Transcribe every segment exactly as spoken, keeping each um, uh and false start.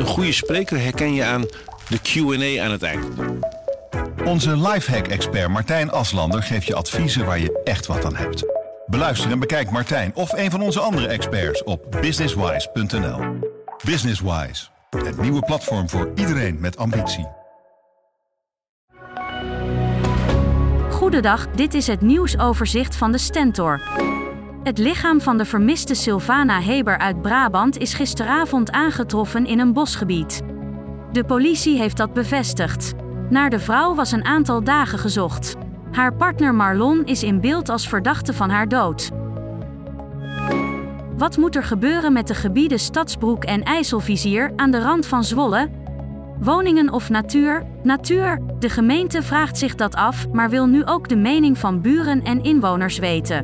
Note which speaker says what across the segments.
Speaker 1: goede spreker herken je aan de Q en A aan het eind.
Speaker 2: Onze lifehack-expert Martijn Aslander geeft je adviezen waar je echt wat aan hebt. Beluister en bekijk Martijn of een van onze andere experts op businesswise punt n l. Businesswise, het nieuwe platform voor iedereen met ambitie.
Speaker 3: Goedendag, dit is het nieuwsoverzicht van de Stentor. Het lichaam van de vermiste Sylvana Heber uit Brabant is gisteravond aangetroffen in een bosgebied. De politie heeft dat bevestigd. Naar de vrouw was een aantal dagen gezocht. Haar partner Marlon is in beeld als verdachte van haar dood. Wat moet er gebeuren met de gebieden Stadsbroek en IJsselvizier aan de rand van Zwolle? Woningen of natuur? Natuur? De gemeente vraagt zich dat af, maar wil nu ook de mening van buren en inwoners weten.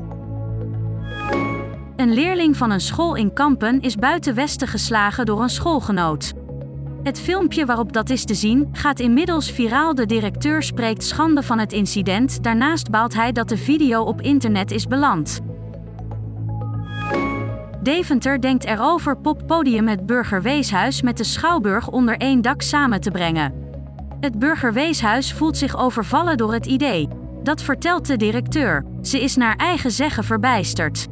Speaker 3: Een leerling van een school in Kampen is buiten Westen geslagen door een schoolgenoot. Het filmpje waarop dat is te zien, gaat inmiddels viraal. De directeur spreekt schande van het incident, daarnaast baalt hij dat de video op internet is beland. Deventer denkt erover poppodium het Burgerweeshuis met de Schouwburg onder één dak samen te brengen. Het Burgerweeshuis voelt zich overvallen door het idee. Dat vertelt de directeur. Ze is naar eigen zeggen verbijsterd.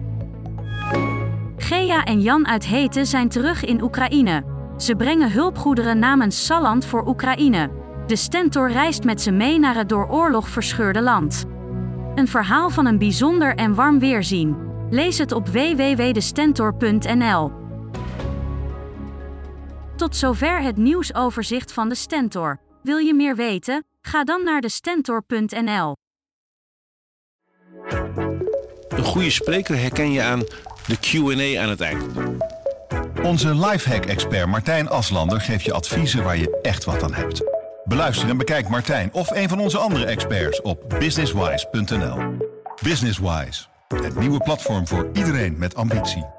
Speaker 3: Gea en Jan uit Heten zijn terug in Oekraïne. Ze brengen hulpgoederen namens Salland voor Oekraïne. De Stentor reist met ze mee naar het door oorlog verscheurde land. Een verhaal van een bijzonder en warm weerzien. Lees het op w w w punt de stentor punt n l. Tot zover het nieuwsoverzicht van de Stentor. Wil je meer weten? Ga dan naar de stentor punt n l.
Speaker 1: Een goede spreker herken je aan de Q en A aan het eind.
Speaker 2: Onze lifehack-expert Martijn Aslander geeft je adviezen waar je echt wat aan hebt. Beluister en bekijk Martijn of een van onze andere experts op businesswise punt n l. Businesswise, het nieuwe platform voor iedereen met ambitie.